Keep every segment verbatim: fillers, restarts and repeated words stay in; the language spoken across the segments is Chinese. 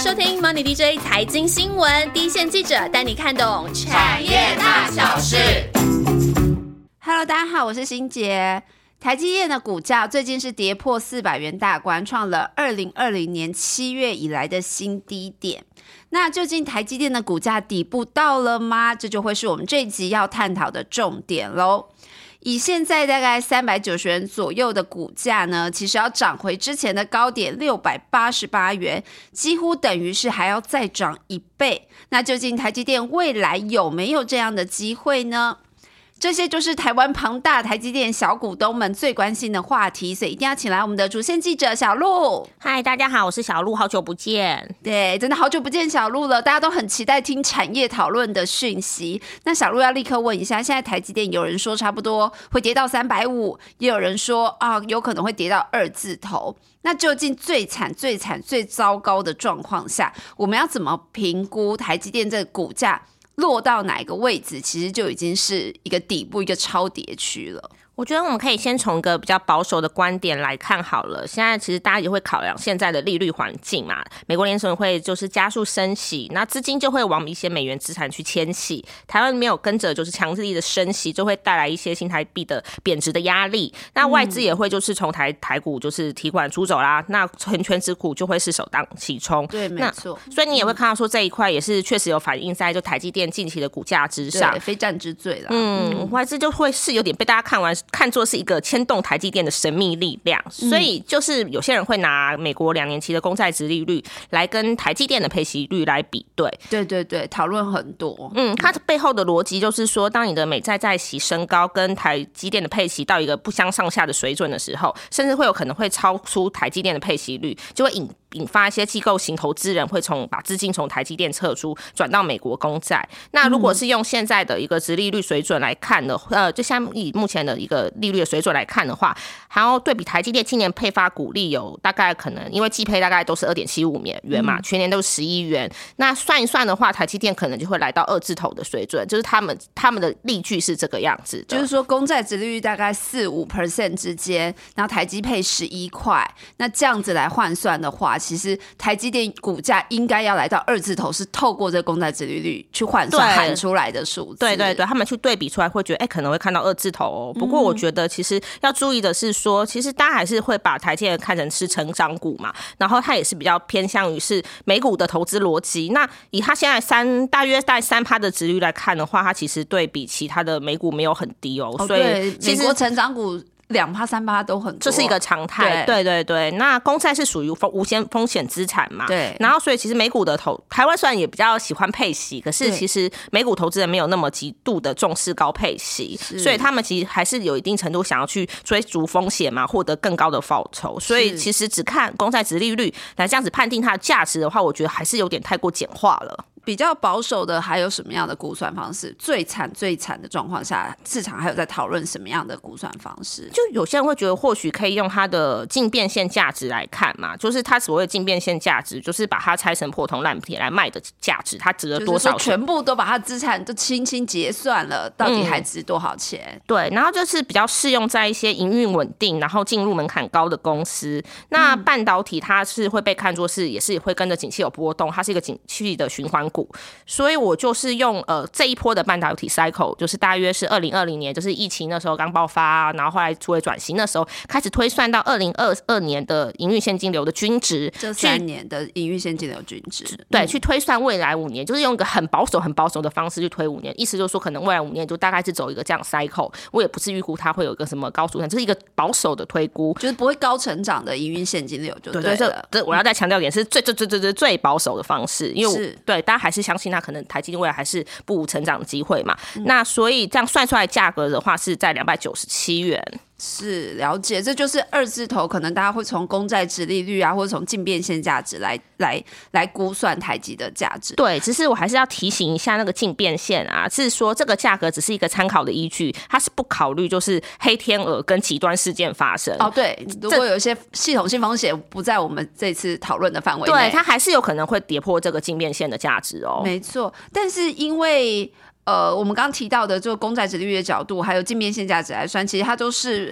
收听 Money D J 财经新闻，第一线记者带你看懂产业大小事。 Hello， 大家好，我是欣杰。台积电的股价最近是跌破四百元大关，创了二零二零年七月以来的新低点。那究竟台积电的股价底部到了吗？这就会是我们这一集要探讨的重点咯。以现在大概三百九十元左右的股价呢，其实要涨回之前的高点六百八十八元，几乎等于是还要再涨一倍。那究竟台积电未来有没有这样的机会呢？这些就是台湾庞大台积电小股东们最关心的话题，所以一定要请来我们的主线记者小鹿。 嗨，大家好，我是小鹿，好久不见。 对，真的好久不见小鹿了，大家都很期待听产业讨论的讯息。那小鹿要立刻问一下，现在台积电有人说差不多会跌到三百五十，也有人说啊，有可能会跌到二字头。那究竟最惨、最惨、最糟糕的状况下，我们要怎么评估台积电这个股价落到哪一个位置，其实就已经是一个底部，一个超跌区了。 我觉得我们可以先从一个比较保守的观点来看好了。现在其实大家也会考量现在的利率环境嘛，美国联准会就是加速升息，那资金就会往一些美元资产去迁徙。台湾没有跟着就是强力的升息，就会带来一些新台币的贬值的压力。那外资也会就是从台台股就是提款出走啦，那纯权值股就会是首当其冲。 对，没错。 所以你也会看到说这一块也是确实有反映在就台积电近期的股价之上， 对，非战之罪啦。 嗯，外资就会是有点被大家看完。看作是一个牵动台积电的神秘力量，所以就是有些人会拿美国两年期的公债殖利率来跟台积电的配息率来比对。 对对对，讨论很多。 嗯，它背后的逻辑就是说，当你的美债债息升高，跟台积电的配息到一个不相上下的水准的时候，甚至会有可能会超出台积电的配息率，就会引引发一些机构型投资人会从把资金从台积电撤出，转到美国公债。那如果是用现在的一个殖利率水准来看的，呃，就像以目前的一个利率的水准来看的话，还要对比台积电今年配发股利有大概可能，因为季配大概都是 二点七五元嘛，全年都是十一元。那算一算的话，台积电可能就会来到二字头的水准，就是他们他们的利据是这个样子的， 就是说公债殖利率大概四五 percent 之间，然后台积配十一块，那这样子来换算的话，其实台积电股价应该要来到二字头，是透过这个公债殖利率去换算喊出来的数字。 对对对，他们去对比出来会觉得，哎、欸，可能会看到二字头哦。不过我觉得其实要注意的是说，其实大家还是会把台积电看成是成长股嘛，然后它也是比较偏向于是美股的投资逻辑。那以它现在三大约在三趴的殖率来看的话，它其实对比其他的美股没有很低哦。 哦， 所以美国成长股两趴三趴都很多， 这是一个常态。对对对，那公债是属于无限风险资产嘛？ 对。 然后所以其实美股的投，台湾虽然也比较喜欢配息，可是其实美股投资人没有那么极度的重视高配息，所以他们其实还是有一定程度想要去追逐风险嘛，获得更高的报酬。所以其实只看公债殖利率来这样子判定它的价值的话，我觉得还是有点太过简化了。 比较保守的还有什么样的估算方式？最惨最惨的状况下，市场还有在讨论什么样的估算方式？ 就有些人会觉得，或许可以用它的净变现价值来看嘛，就是它所谓的净变现价值，就是把它拆成破铜烂铁来卖的价值，它值了多少钱？ 就是全部都把它资产都轻轻结算了，到底还值多少钱？嗯、 对，然后就是比较适用在一些营运稳定，然后进入门槛高的公司。那半导体它是会被看作是也是会跟着景气有波动，它是一个景气的循环股，所以我就是用呃这一波的半导体 cycle， 就是大约是二零二零年，就是疫情那时候刚爆发，然后后来作为转型的时候，开始推算到二零二二年的营运现金流的均值， 这三年的营运现金流均值， 对，嗯、去推算未来五年，就是用一个很保守、很保守的方式去推五年，意思就是说，可能未来五年就大概是走一个这样 cycle。我也不是预估它会有一个什么高速，这是一个保守的推估， 就是不会高成长的营运现金流就对了。对对对， 这我要再强调一点，是最最最最最最保守的方式，因为我对大家还是相信它可能台积电未来还是不无成长的机会嘛。嗯、那所以这样算出来价格的话，是在两百九十七元。 是了解，这就是二字头，可能大家会从公债殖利率啊，或者从净变现价值来来来估算台积的价值。 对，只是我还是要提醒一下，那个净变现啊，是说这个价格只是一个参考的依据，它是不考虑就是黑天鹅跟极端事件发生。 哦，对，如果有一些系统性风险不在我们这次讨论的范围内， 对，它还是有可能会跌破这个净变现的价值哦。 没错，但是因为呃，我们刚刚提到的，就公债殖利率的角度，还有净变现价值来算，其实它都是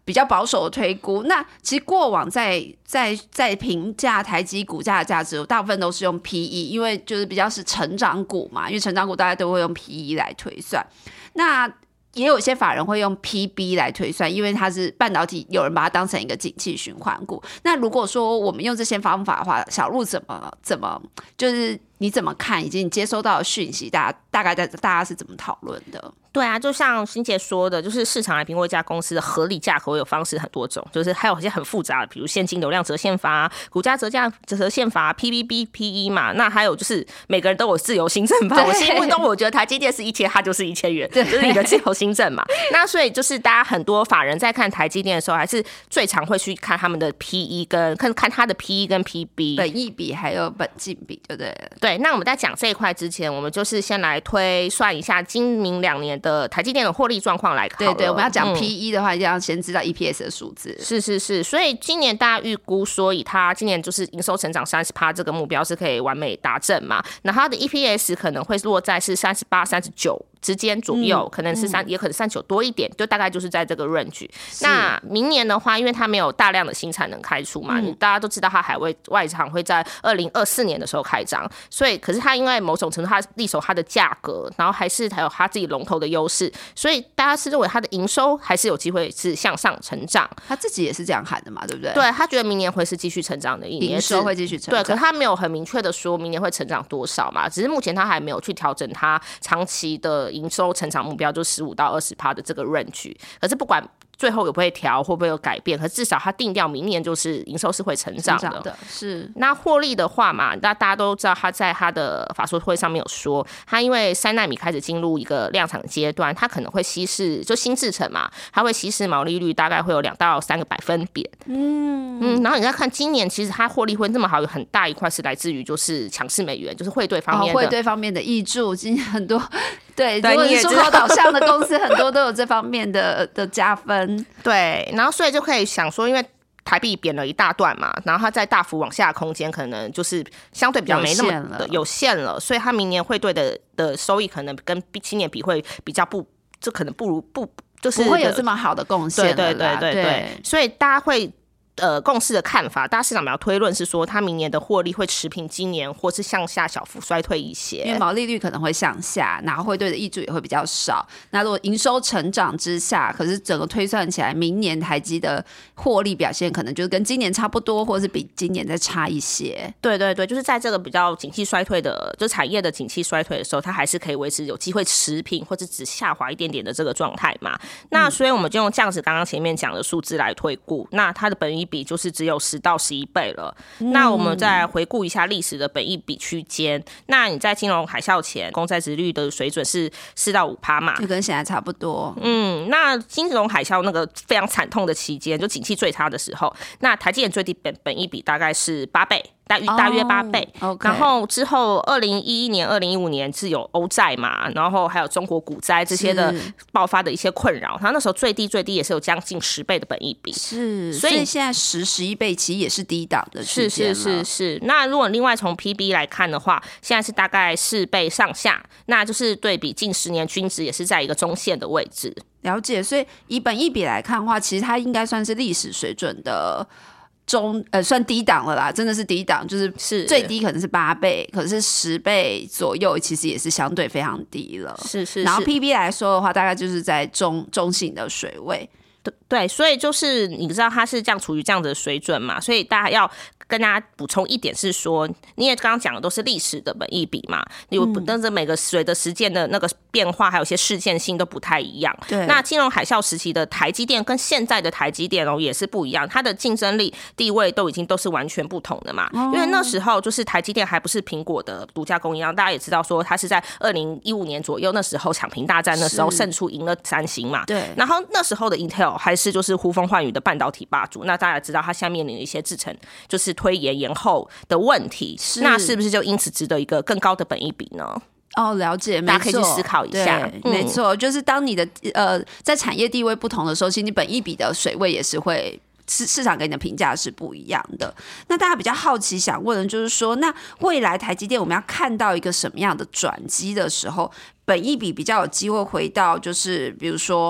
比较保守的推估。那其实过往在在在评价台积股价的价值，大部分都是用 P E， 因为就是比较是成长股嘛，因为成长股大家都会用 P E 来推算。那也有一些法人会用 P B 来推算，因为它是半导体，有人把它当成一个景气循环股。那如果说我们用这些方法的话，小路怎么怎么就是你怎么看，以及你接收到的讯息，大家大概大家是怎么讨论的？ 对啊，就像欣姐说的，就是市场来评估一家公司的合理价格有方式很多种，就是还有一些很复杂的，比如现金流量折现法、股价折价折现法、P B B P E 嘛。那还有就是每个人都有自由新政法，我心目中我觉得台积电是一千，它就是一千元，就是你的自由新政嘛。那所以就是大家很多法人在看台积电的时候，还是最常会去看他们的 P E 跟看看它的 P E 跟 P B 本益比还有本净比，对不对？ 对。那我们在讲这一块之前，我们就是先来推算一下今明两年的台积电的获利状况来看。 对对，我们要讲 P E 的话，一定要先知道 E P S 的数字。 是是是，所以今年大家预估说，以它今年就是营收成长 百分之三十 这个目标是可以完美达阵嘛？那它的 E P S 可能会落在是三十八、三十九之间左右，嗯、可能是三、嗯，也可能三十九多一点，就大概就是在这个 range。那明年的话，因为它没有大量的新产能开出嘛，嗯、大家都知道它海外外厂会在二零二四年的时候开张，所以可是它因为某种程度它力守它的价格，然后还是还有它自己龙头的优势，所以大家是认为它的营收还是有机会是向上成长。 他自己也是这样喊的嘛，对不对？ 对，他觉得明年会是继续成长的一年， 营收会继续成长。 对，可是他没有很明确的说明年会成长多少嘛，只是目前他还没有去调整他长期的营收成长目标，就十五到二十趴的这个 range。可是不管最后有不会调，会不会有改变？可是至少它定调明年就是营收是会成长的。 的是那获利的话嘛，那大家都知道，他在他的法说会上面有说，他因为三奈米开始进入一个量产阶段，它可能会稀释，就新制程嘛，它会稀释毛利率大概会有两到三个百分点。嗯嗯，然后你再看今年，其实它获利会那么好，有很大一块是来自于就是强势美元，就是汇兑方面的， 汇兑方面的挹注，今年很多。对，如果是出口导向的公司，很多都有这方面的的加分。 对，然后所以就可以想说，因为台币贬了一大段嘛，然后它再大幅往下的空间可能就是相对比较没那么的有限了，所以它明年汇兑的的收益可能跟今年比会比较不，就可能不如不就是不会有这么好的贡献了啦。 对对对对 对, 对，所以大家会。呃，共识的看法，大家市场比较推论是说，它明年的获利会持平今年，或是向下小幅衰退一些， 因为毛利率可能会向下，然后汇兑的挹注也会比较少。那如果营收成长之下，可是整个推算起来，明年台积的获利表现可能就是跟今年差不多，或是比今年再差一些。 对对对，就是在这个比较景气衰退的，就产业的景气衰退的时候，它还是可以维持有机会持平或者只下滑一点点的这个状态嘛。那所以我们就用这样子刚刚前面讲的数字来推估，那它的本益比就是只有十到十一倍了。嗯、那我们再回顾一下历史的本益比区间。那你在金融海啸前，公债殖率的水准是四到五趴嘛， 就跟现在差不多。 嗯，那金融海啸那个非常惨痛的期间，就景气最差的时候，那台积电最低本本益比大概是八倍。大约大约八倍， oh, okay. 然后之后二零一一年、二零一五年是有欧债嘛，然后还有中国股灾这些的爆发的一些困扰，它那时候最低最低也是有将近十倍的本益比， 是，所以, 所以现在十十一倍其实也是低档的区间了。 是是是是。那如果另外从 P B 来看的话，现在是大概四倍上下，那就是对比近十年均值也是在一个中线的位置。 了解，所以以本益比来看的话，其实它应该算是历史水准的。中呃算低档了啦，真的是低档，就是是最低可能是八倍，可是十倍左右其实也是相对非常低了。 是 是, 是。 然后 P B 来说的话，大概就是在中中性的水位。 对对，所以就是你知道它是这样处于这样的水准嘛，所以大家要跟大家补充一点是说，你也刚刚讲的都是历史的本益比嘛，你但是每个随着时间的那个变化，还有一些事件性都不太一样。 对， 那金融海啸时期的台积电跟现在的台积电哦也是不一样，它的竞争力地位都已经都是完全不同的嘛。哦、因为那时候就是台积电还不是苹果的独家供应商，大家也知道说它是在二零一五年左右，那时候抢屏大战那时候胜出赢了三星嘛。 对， 然后那时候的 Intel 还是就是呼风唤雨的半导体霸主，那大家知道它下面临一些制程就是推延延后的问题，是那是不是就因此值得一个更高的本益比呢？ 哦，了解， 大家可以去思考一下。 嗯、没错，就是当你的呃在产业地位不同的时候，其实你本益比的水位也是会市市场给你的评价是不一样的。那大家比较好奇想问的就是说，那未来台积电我们要看到一个什么样的转机的时候，本益比比较有机会回到就是比如说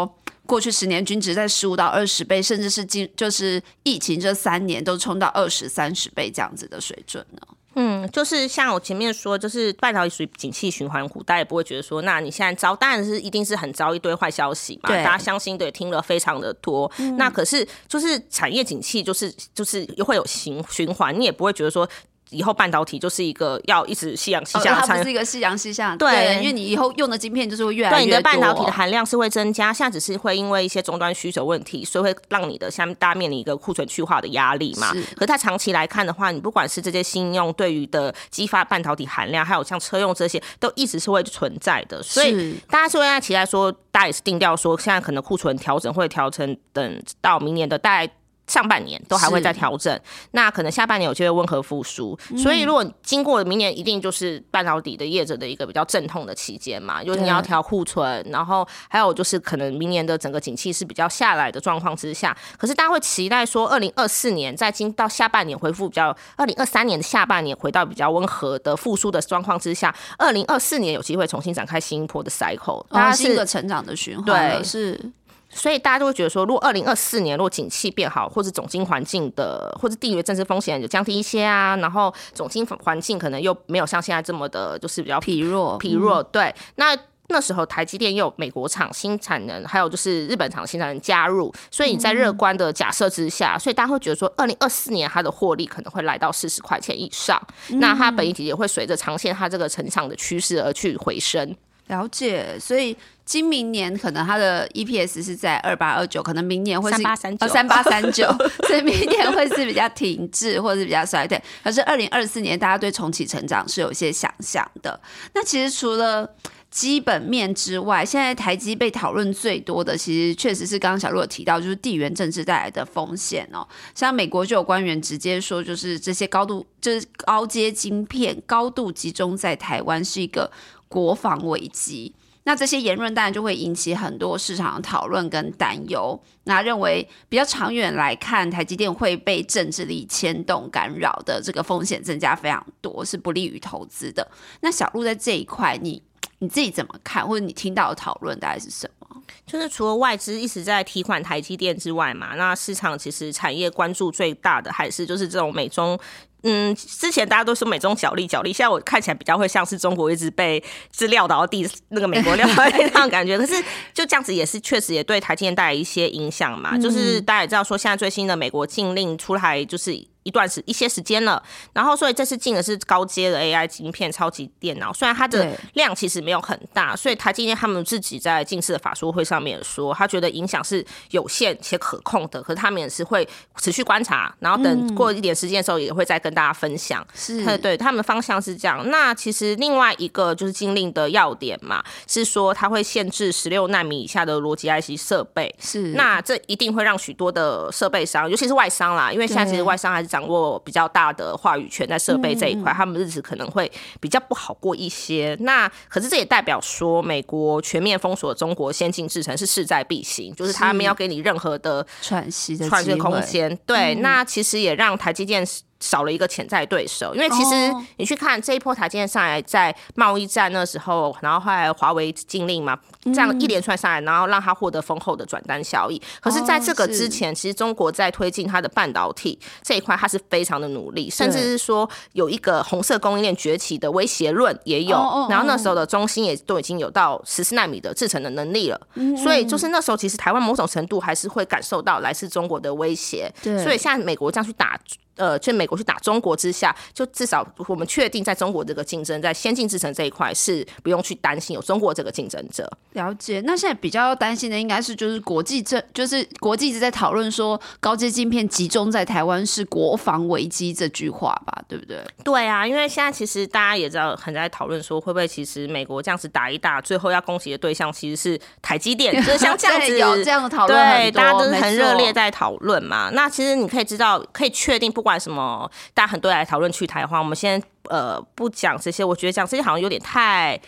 过去十年均值在十五到二十倍，甚至是今就是疫情这三年都冲到二十三十倍这样子的水准呢？ 嗯，就是像我前面说，就是半导体属于景气循环股，大家也不会觉得说，那你现在招，当然是一定是很招一堆坏消息嘛，大家相信的也听了非常的多。嗯、那可是就是产业景气，就是就是会有循循环，你也不会觉得说。以后半导体就是一个要一直夕阳西下的产业、 哦，它不是一个夕阳西下， 对， 对，因为你以后用的晶片就是会越来越多， 对，你的半导体的含量是会增加，现在只是会因为一些终端需求问题，所以会让你的像大家面临一个库存去化的压力嘛。可是它长期来看的话，你不管是这些新用对于的激发半导体含量，还有像车用这些，都一直是会存在的，所以大家是会在期待说，大家也是定调说，现在可能库存调整会调整，等到明年的大概。上半年都还会再调整，那可能下半年有机会温和复苏、嗯，所以如果经过明年，一定就是半导体的业者的一个比较阵痛的期间嘛，就是你要调库存，然后还有就是可能明年的整个景气是比较下来的状况之下，可是大家会期待说，二零二四年再经到下半年恢复比较，二零二三年的下半年回到比较温和的复苏的状况之下，二零二四年有机会重新展开新一波的 cycle， 大家是新的成长的循环，对，是。 所以大家都会觉得说，如果二零二四年如果景气变好，或者总经环境的，或者地缘政治风险有降低一些啊，然后总经环境可能又没有像现在这么的，就是比较疲弱， 疲弱。对，那那时候台积电又有美国厂新产能，还有就是日本厂新产能加入，所以你在乐观的假设之下，所以大家会觉得说，二零二四年它的获利可能会来到四十块钱以上，嗯、那它本益比也会随着长线它这个成长的趋势而去回升。 了解，所以今明年可能它的 E P S 是在二八二九，可能明年会是三八三九， 三八三九，所以明年会是比较停滞或者是比较衰退。可是二零二四年大家对重启成长是有一些想象的。那其实除了基本面之外，现在台积被讨论最多的，其实确实是刚刚小鹿有提到，就是地缘政治带来的风险哦。像美国就有官员直接说，就是这些高度就是高阶晶片高度集中在台湾是一个国防危机。那这些言论当然就会引起很多市场的讨论跟担忧。那认为比较长远来看，台积电会被政治力牵动干扰的这个风险增加非常多，是不利于投资的。那小鹿在这一块，你你自己怎么看，或者你听到的讨论大概是什么？ 就是除了外资一直在提款台积电之外嘛，那市场其实产业关注最大的还是就是这种美中。嗯，之前大家都说美中角力角力，现在我看起来比较会像是中国一直被是撂倒地，那个美国撂倒那样感觉。可是就这样子也是确实也对台积电带来一些影响嘛。嗯、就是大家也知道说，现在最新的美国禁令出来就是一段时一些时间了，然后所以这次进的是高阶的 A I 晶片超级电脑，虽然它的量其实没有很大，所以台积电他们自己在近次的法说会上面说，他觉得影响是有限且可控的，可是他们也是会持续观察，然后等过一点时间的时候也会再跟大家分享。 是， 对，他们的方向是这样。那其实另外一个就是禁令的要点嘛，是说它会限制十六奈米以下的逻辑 I C 设备， 是， 那这一定会让许多的设备商，尤其是外商啦，因为现在其实外商还是掌握比较大的话语权在设备这一块、嗯，他们日子可能会比较不好过一些。那可是这也代表说，美国全面封锁中国先进制程是势在必行，就是他没有给你任何的喘息的喘息的空间。对、嗯，那其实也让台积电少了一个潜在对手，因为其实你去看这一波台积电上来，在贸易战那时候，然后后来华为禁令嘛，这样一连串上来，然后让它获得丰厚的转单效益。可是在这个之前，其实中国在推进它的半导体这一块，它是非常的努力，甚至是说有一个红色供应链崛起的威胁论也有。然后那时候的中芯也都已经有到十四奈米的制程的能力了，所以就是那时候其实台湾某种程度还是会感受到来自中国的威胁。所以现在美国这样去打。呃，就美国去打中国之下，就至少我们确定在中国这个竞争，在先进制程这一块是不用去担心有中国这个竞争者。 了解。那现在比较担心的应该是就是国际政，就是国际一直在讨论说高阶晶片集中在台湾是国防危机这句话吧，对不对？ 对啊，因为现在其实大家也知道很在讨论说会不会其实美国这样子打一打，最后要攻击的对象其实是台积电，就是像这样子有这样的讨论， 对，大家都是很热烈在讨论嘛。那其实你可以知道，可以确定不。不管什么，大家很多人来讨论去台化，我们先呃不讲这些，我觉得讲这些好像有点太。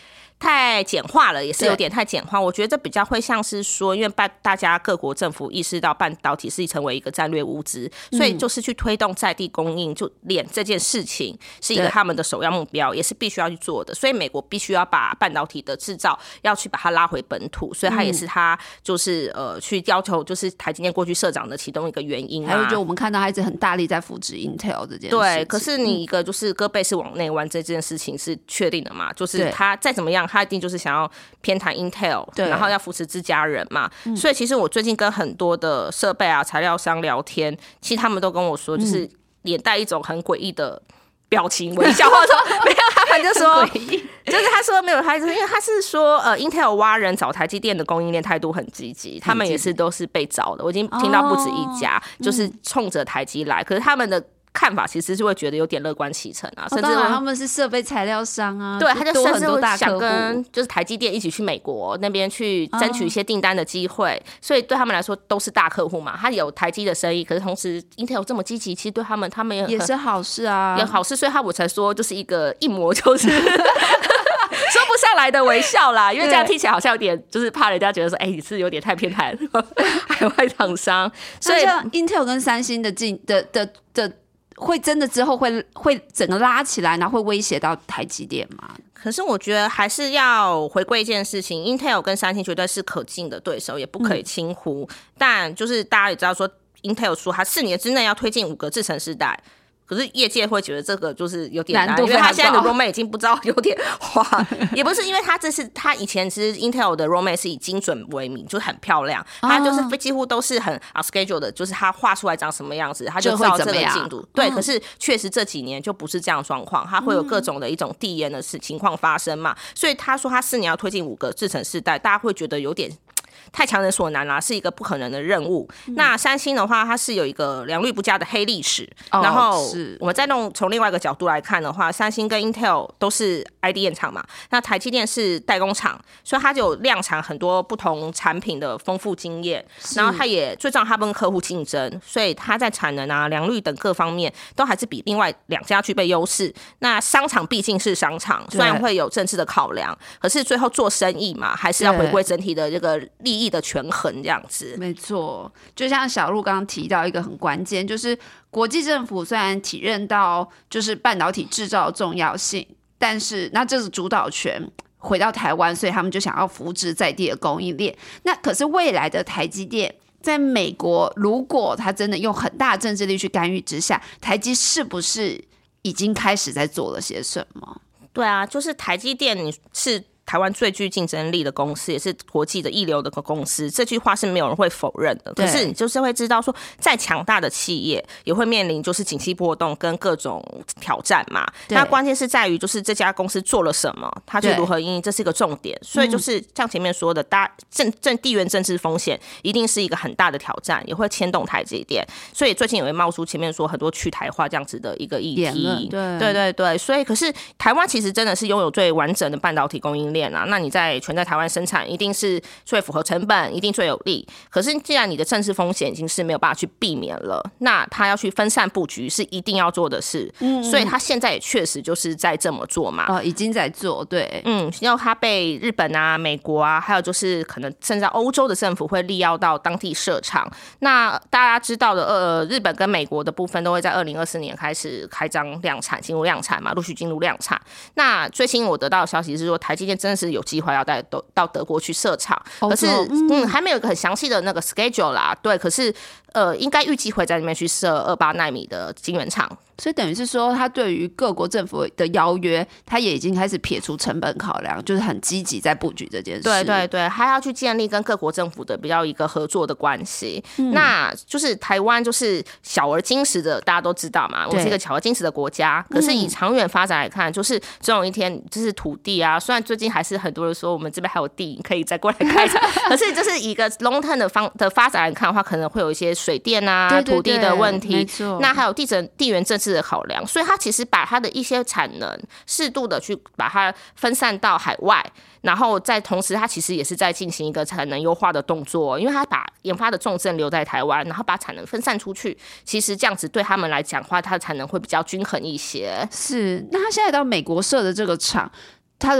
太简化了，也是有点太简化。我觉得这比较会像是说，因为半大家各国政府意识到半导体是成为一个战略物资，所以就是去推动在地供应就链这件事情是一个他们的首要目标，也是必须要去做的。所以美国必须要把半导体的制造要去把它拉回本土，所以它也是它就是呃去要求就是台积电过去社长的其中一个原因、啊。 还有就我们看到他一直很大力在扶持 Intel 这件事情。 对，可是你一个就是胳膊是往内弯这件事情是确定的嘛？就是他再怎么样，他一定就是想要偏袒 Intel， 然后要扶持自家人嘛。嗯、所以其实我最近跟很多的设备啊材料商聊天，其实他们都跟我说，就是连带一种很诡异的表情微笑，或者说没有，他们就说，就是他说没有，他因为他是说呃 Intel 挖人找台积电的供应链态度很积极，他们也是都是被找的，我已经听到不止一家，哦、就是冲着台积来，可是他们的看法其实是会觉得有点乐观其成啊，甚至、 哦、他们是设备材料商啊， 对，他就甚至会想跟就是台积电一起去美国那边去争取一些订单的机会、哦，所以对他们来说都是大客户嘛。他有台积的生意，可是同时 Intel 这么积极，其实对他们他们 也, 也是好事啊， 也好事，所以他我才说就是一个一模就是说不上来的微笑啦，因为这样听起来好像有点就是怕人家觉得说，哎、欸，你是有点太偏袒海外厂商，所以 Intel 跟三星的进的的的。会真的之后会会整个拉起来，然后会威胁到台积电吗？ 可是我觉得还是要回归一件事情 ，Intel 跟三星绝对是可敬的对手，也不可以轻忽。嗯、但就是大家也知道说 ，Intel 说它四年之内要推进五个制程世代。可是业界会觉得这个就是有点难，因为他现在的 roadmap 已经不知道有点花，也不是因为他这是他以前其实 Intel 的 roadmap 是以精准为名，就很漂亮，他就是几乎都是很 on schedule 的，就是他画出来长什么样子，他就照这个进度。对，可是确实这几年就不是这样的状况，他会有各种的一种递延的情况发生嘛，所以他说他四年要推进五个制程世代，大家会觉得有点太强人所难啦，是一个不可能的任务。嗯、那三星的话，它是有一个良率不佳的黑历史。哦、然后我们再弄从另外一个角度来看的话，三星跟 Intel 都是 I D M 厂嘛，那台积电是代工厂，所以它就有量产很多不同产品的丰富经验。然后它也最重要，它跟客户竞争，所以它在产能啊、良率等各方面都还是比另外两家具备优势。那商场毕竟是商场，虽然会有政治的考量，可是最后做生意嘛，还是要回归整体的这个利益的权衡这样子。 没错，就像小鹿刚刚提到一个很关键，就是国际政府虽然体认到就是半导体制造的重要性，但是那这是主导权回到台湾，所以他们就想要扶植在地的供应链。那可是未来的台积电在美国，如果他真的用很大的政治力去干预之下，台积是不是已经开始在做了些什么？ 对啊，就是台积电你是台湾最具竞争力的公司，也是国际的一流的公司，这句话是没有人会否认的。可是你就是会知道说，再强大的企业也会面临就是景气波动跟各种挑战嘛。那关键是在于就是这家公司做了什么，它去如何因应，这是一个重点。所以就是像前面说的，大政政地缘政治风险一定是一个很大的挑战，也会牵动台积电。所以最近也会冒出前面说很多去台化这样子的一个议题。 对对对对，所以可是台湾其实真的是拥有最完整的半导体供应链啊，那你在全在台湾生产，一定是最符合成本，一定最有利。可是既然你的政治风险已经是没有办法去避免了，那他要去分散布局是一定要做的事。嗯，所以他现在也确实就是在这么做嘛。 哦，已经在做，对， 嗯，要他被日本啊、美国啊，还有就是可能甚至欧洲的政府会力邀到当地设厂。那大家知道的，呃，日本跟美国的部分都会在二零二四年开始开张量产，进入量产嘛，陆续进入量产。那最新我得到的消息是说，台积电真的是有计划要带到德国去设厂，可是嗯还没有一个很详细的那个 schedule 啦，对，可是呃应该预计会在那边去设二八奈米的晶圆厂。 所以等于是说，他对于各国政府的邀约，他也已经开始撇除成本考量，就是很积极在布局这件事。 对对对，还要去建立跟各国政府的比较一个合作的关系。嗯、那就是台湾就是小而精实的，大家都知道嘛，我们是一个小而精实的国家。可是以长远发展来看，就是总有一天就是土地啊，虽然最近还是很多人说我们这边还有地可以再过来开采，可是就是一个 long term 的方的发展来看的话，可能会有一些水电啊、对对对土地的问题。 没错， 那还有地政地缘政治的考量，所以他其实把他的一些产能适度的去把它分散到海外，然后在同时他其实也是在进行一个产能优化的动作，因为他把研发的重镇留在台湾，然后把产能分散出去，其实这样子对他们来讲的话，他的产能会比较均衡一些。 是，那他现在到美国设的这个厂，它的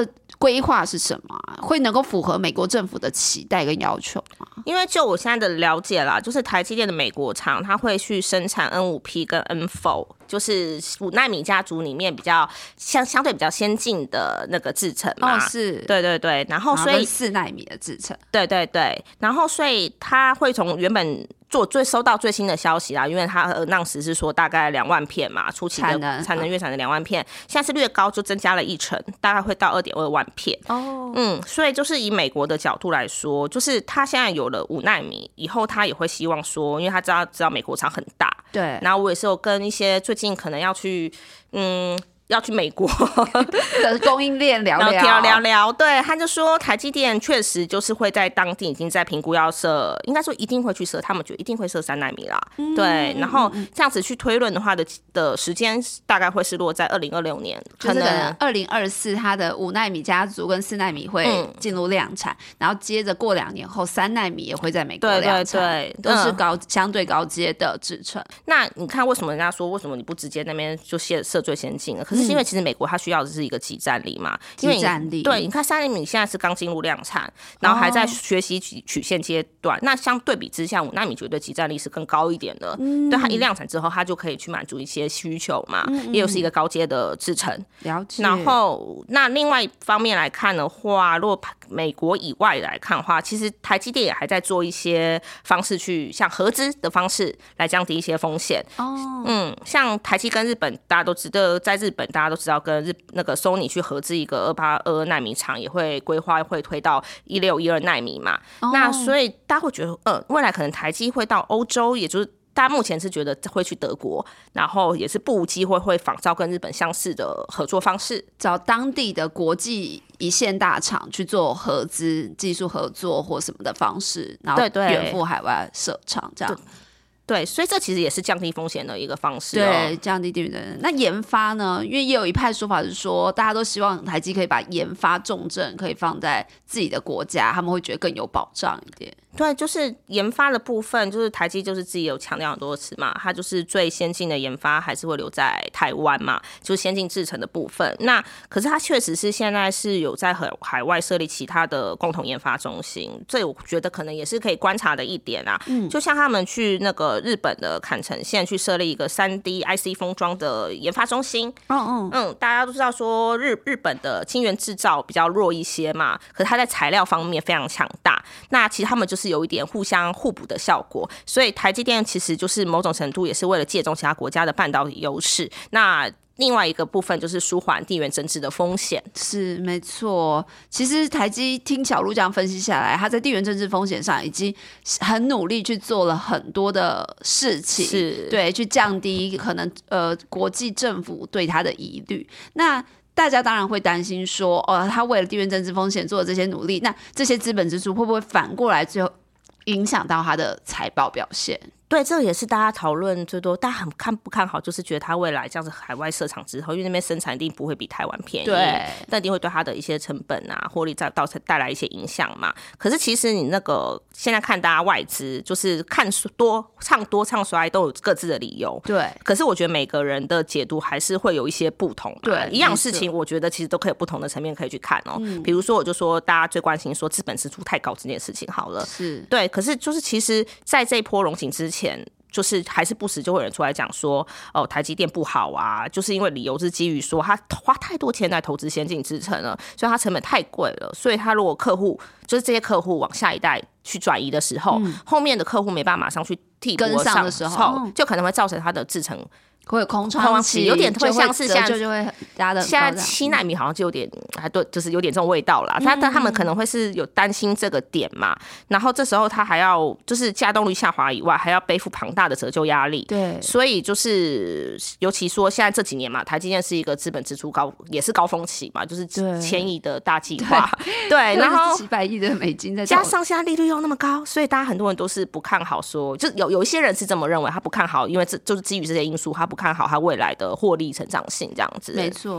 规划是什么、啊？会能够符合美国政府的期待跟要求吗？ 因为就我现在的了解啦，就是台积电的美国厂，它会去生产 N 五 P 跟 N 四，就是五奈米家族里面比较相相对比较先进的那个制程嘛。 哦，是， 对对对，然后所以四奈米的制程， 对对对，然后所以它会从原本做最收到最新的消息啦，因为它当时是说大概两万片嘛，初期的产能产能月产的两万片，现在是略高，就增加了一成，大概会到二点二万片。 哦， 嗯，所以就是以美国的角度来说，就是他现在有了五奈米以后，他也会希望说，因为他知道知道美国厂很大， 对， 然后我也是有跟一些最近可能要去嗯。要去美国的供应链聊聊聊聊聊，对，他就说台积电确实就是会在当地已经在评估要设，应该说一定会去设，他们觉得一定会设三奈米啦，嗯、对，然后这样子去推论的话的的时间大概会是落在二零二六年， 可能二零二四它的五奈米家族跟四奈米会进入量产，嗯、然后接着过两年后三奈米也会在美国量产， 对对对， 都是高、嗯、相对高阶的制程。 那你看为什么人家说为什么你不直接那边就设设最先进的？可是因为其实美国它需要的是一个即战力嘛， 即战力。 对，你看三奈米现在是刚进入量产，然后还在学习曲线阶段，哦、那相对比之下，五奈米绝对即战力是更高一点的。嗯、对，它一量产之后，它就可以去满足一些需求嘛，嗯、也有是一个高阶的制程。 了解。 然后，那另外一方面来看的话，如果美国以外来看的话，其实台积电也还在做一些方式去，像合资的方式来降低一些风险。哦，嗯，像台积跟日本，大家都知道，在日本大家都知道跟日那个 Sony 去合资一个二八二二奈米厂，也会规划会推到一六一二奈米嘛。哦、那所以大家会觉得，呃，未来可能台积会到欧洲，也就是大家目前是觉得会去德国，然后也是不无机会会仿照跟日本相似的合作方式， 找当地的国际一线大厂去做合资、技术合作或什么的方式，然后远赴海外设厂这样。 对，所以这其实也是降低风险的一个方式、 哦。对，降低地域的人。那研发呢？因为也有一派说法是说，大家都希望台积可以把研发重镇可以放在自己的国家，他们会觉得更有保障一点。 对，就是研发的部分，就是台积就是自己有强调很多次嘛，它就是最先进的研发还是会留在台湾嘛，就是先进制程的部分。那可是它确实是现在是有在海外设立其他的共同研发中心，这我觉得可能也是可以观察的一点啊。嗯，就像他们去那个日本的坎城县去设立一个 三 D I C 封装的研发中心。嗯嗯嗯，大家都知道说日日本的晶圆制造比较弱一些嘛，可是它在材料方面非常强大。那其实他们就是有一点互相互补的效果，所以台积电其实就是某种程度也是为了借重其他国家的半导体优势。那另外一个部分就是舒缓地缘政治的风险， 是没错。其实台积听小鹿这样分析下来，他在地缘政治风险上已经很努力去做了很多的事情， 是对，去降低可能呃国际政府对他的疑虑。那大家当然会担心说，哦，他为了地缘政治风险做的这些努力，那这些资本支出会不会反过来最后影响到他的财报表现？ 对，这也是大家讨论最多，大家很看不看好，就是觉得他未来这样子海外设厂之后，因为那边生产一定不会比台湾便宜， 对， 但一定会对他的一些成本啊、获利再到带来一些影响嘛。可是其实你那个现在看大家外资，就是看多唱多唱衰都有各自的理由， 对。 可是我觉得每个人的解读还是会有一些不同嘛， 对， 一样事情，我觉得其实都可以有不同的层面可以去看哦。嗯、比如说，我就说大家最关心说资本支出太高这件事情好了， 是对。可是就是其实在这一波融景之前。就是还是不时就会有人出来讲说，哦，台积电不好啊，就是因为理由是基于说他花太多钱来投资先进制程了，所以他成本太贵了，所以他如果客户就是这些客户往下一代去转移的时候，嗯、后面的客户没办法马上去替补跟上的时候，嗯、 就可能会造成他的制程会有空窗期， 有点会像是现在就就会压的现在七奈米好像就有点还对，就是有点这种味道啦。他、嗯、他们可能会是有担心这个点嘛，然后这时候他还要就是稼动率下滑以外，还要背负庞大的折旧压力。 对， 所以就是尤其说现在这几年嘛，台积电是一个资本支出高也是高峰期嘛，就是千亿的大计划，对，然后几百亿的美金在加上现在利率又那么高，所以大家很多人都是不看好说，就有有一些人是这么认为，他不看好，因为这就是基于这些因素，他不。不看好它未来的获利成长性这样子， 没错。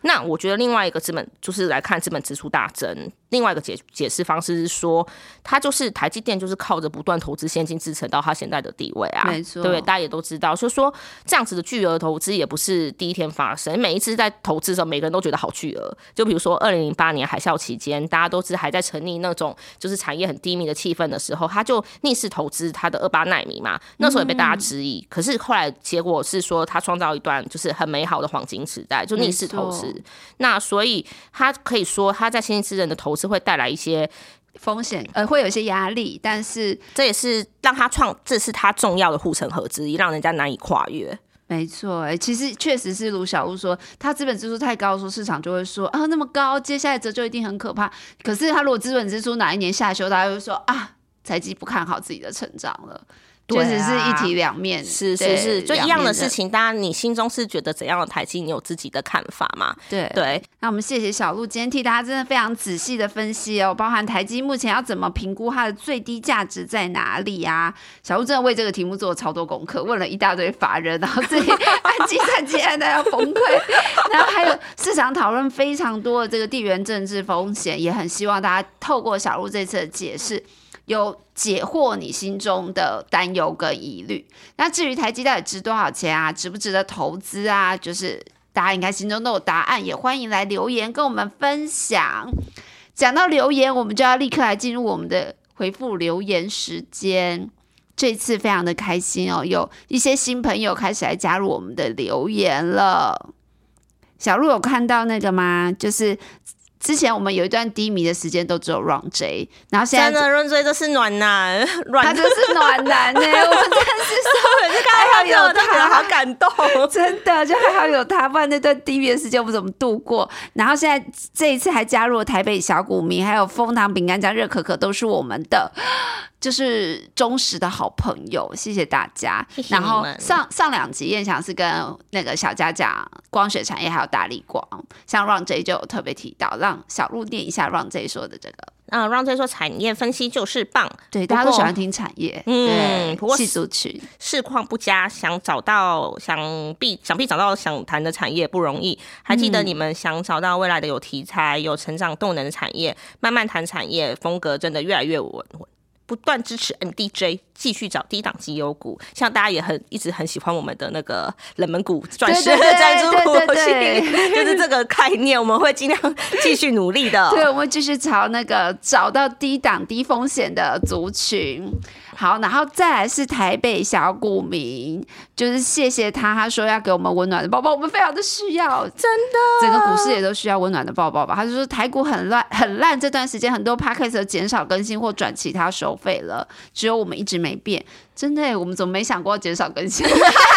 那我觉得另外一个资本就是来看资本支出大增，另外一个 解, 解释方式是说，它就是台积电就是靠着不断投资先进制程到它现在的地位啊， 没错， 对不对？大家也都知道，所以说这样子的巨额投资也不是第一天发生，每一次在投资的时候，每个人都觉得好巨额。就比如说二零零八年海啸期间，大家都是还在沉溺那种就是产业很低迷的气氛的时候，他就逆势投资他的二八奈米嘛，那时候也被大家质疑，嗯、可是后来结果是说他创造一段就是很美好的黄金时代，就逆势投资。那所以他可以说他在先进制程的投资会带来一些风险，呃，会有一些压力，但是这也是让他创，这是他重要的护城河之一，让人家难以跨越。 没错、欸，其实确实是如小鹿说，他资本支出太高，说市场就会说啊，那么高，接下来折旧一定很可怕。可是他如果资本支出哪一年下修，大家就会说啊，财技不看好自己的成长了。确实是一体两面， 是是是，就一样的事情，当然你心中是觉得怎样的台积，你有自己的看法嘛？ 对对。 那我们谢谢小鹿今天替大家真的非常仔细的分析哦，包含台积目前要怎么评估它的最低价值在哪里啊？小鹿真的为这个题目做了超多功课，问了一大堆法人，然后自己按计算机按到要崩溃，然后还有市场讨论非常多的这个地缘政治风险，也很希望大家透过小鹿这次的解释，有解惑你心中的担忧跟疑虑。那至于台积到底值多少钱啊，值不值得投资啊，就是大家应该心中都有答案，也欢迎来留言跟我们分享。讲到留言，我们就要立刻来进入我们的回复留言时间。这次非常的开心哦，有一些新朋友开始来加入我们的留言了。小鹿有看到那个吗？就是之前我们有一段低迷的时间都只有 Ron J， 然后现在真的 Ron J 就是暖男， 他就是暖男呢、欸。我们真的是说，还好有他， 好感动， 真的就还好有他，不然那段低迷的时间我们怎么度过？然后现在这一次还加入了台北小股民，还有枫糖饼干加热可可，都是我们的就是忠实的好朋友，谢谢大家。 谢谢。 然后上上两集燕翔是跟那个小佳讲光学产业还有大立光，像 Ron J 就有特别提到，让小鹿念一下 Ron J 说的这个。 嗯 ，Ron J 说产业分析就是棒， 对，大家都喜欢听产业， 嗯，不过细族群市况不佳，想找到想必想必找到想谈的产业不容易。还记得你们想找到未来的有题材、有成长动能的产业，慢慢谈产业，风格真的越来越稳稳。不断支持 M D J， 继续找低档绩优股，像大家也很一直很喜欢我们的那个冷门股钻石赞助股，就是这个概念，我们会尽量继续努力的。 对，我们会继续朝那个找到低档低风险的族群。好，然后再来是台北小股民，就是谢谢他，他说要给我们温暖的抱抱，我们非常的需要， 真的， 整个股市也都需要温暖的抱抱吧。他就说台股很烂很烂，这段时间很多 podcast 减少更新或转其他收费了，只有我们一直没变，真的耶，我们怎么没想过要减少更新？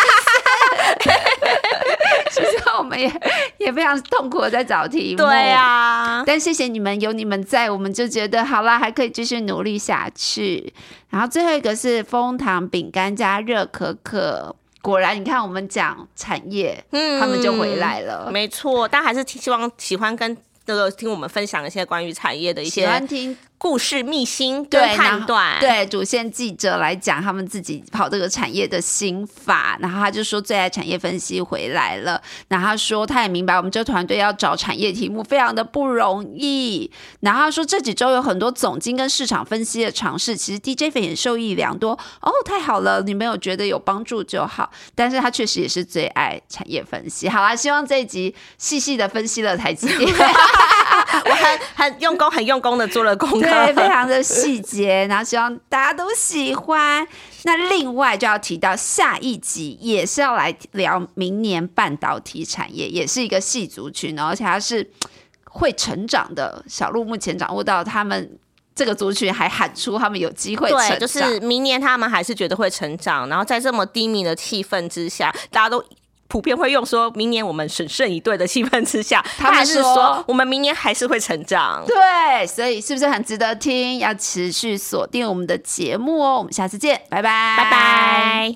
其实我们也也非常痛苦的在找题目， 对啊， 但谢谢你们，有你们在，我们就觉得好啦，还可以继续努力下去。然后最后一个是枫糖饼干加热可可，果然你看我们讲产业，嗯，他们就回来了， 没错，但还是希望喜欢跟这个听我们分享一些关于产业的一些喜欢听故事秘辛跟判断， 对主线记者来讲他们自己跑这个产业的心法，然后他就说最爱产业分析回来了，然后他说他也明白我们这团队要找产业题目非常的不容易，然后他说这几周有很多总经跟市场分析的尝试，其实 D J 粉也受益良多哦，太好了，你们有觉得有帮助就好，但是他确实也是最爱产业分析。好啦，希望这一集细细的分析了台积电我很很用功很用功的做了功课， 对，非常的细节，然后希望大家都喜欢。那另外就要提到下一集也是要来聊明年半导体产业，也是一个细族群，而且它是会成长的。小鹿目前掌握到他们这个族群还喊出他们有机会成长， 对，就是明年他们还是觉得会成长，然后在这么低迷的气氛之下，大家都普遍会用说明年我们审慎以对的气氛之下，他还是说我们明年还是会成长。 对，所以是不是很值得听？要持续锁定我们的节目哦。我们下次见，拜拜， 拜拜。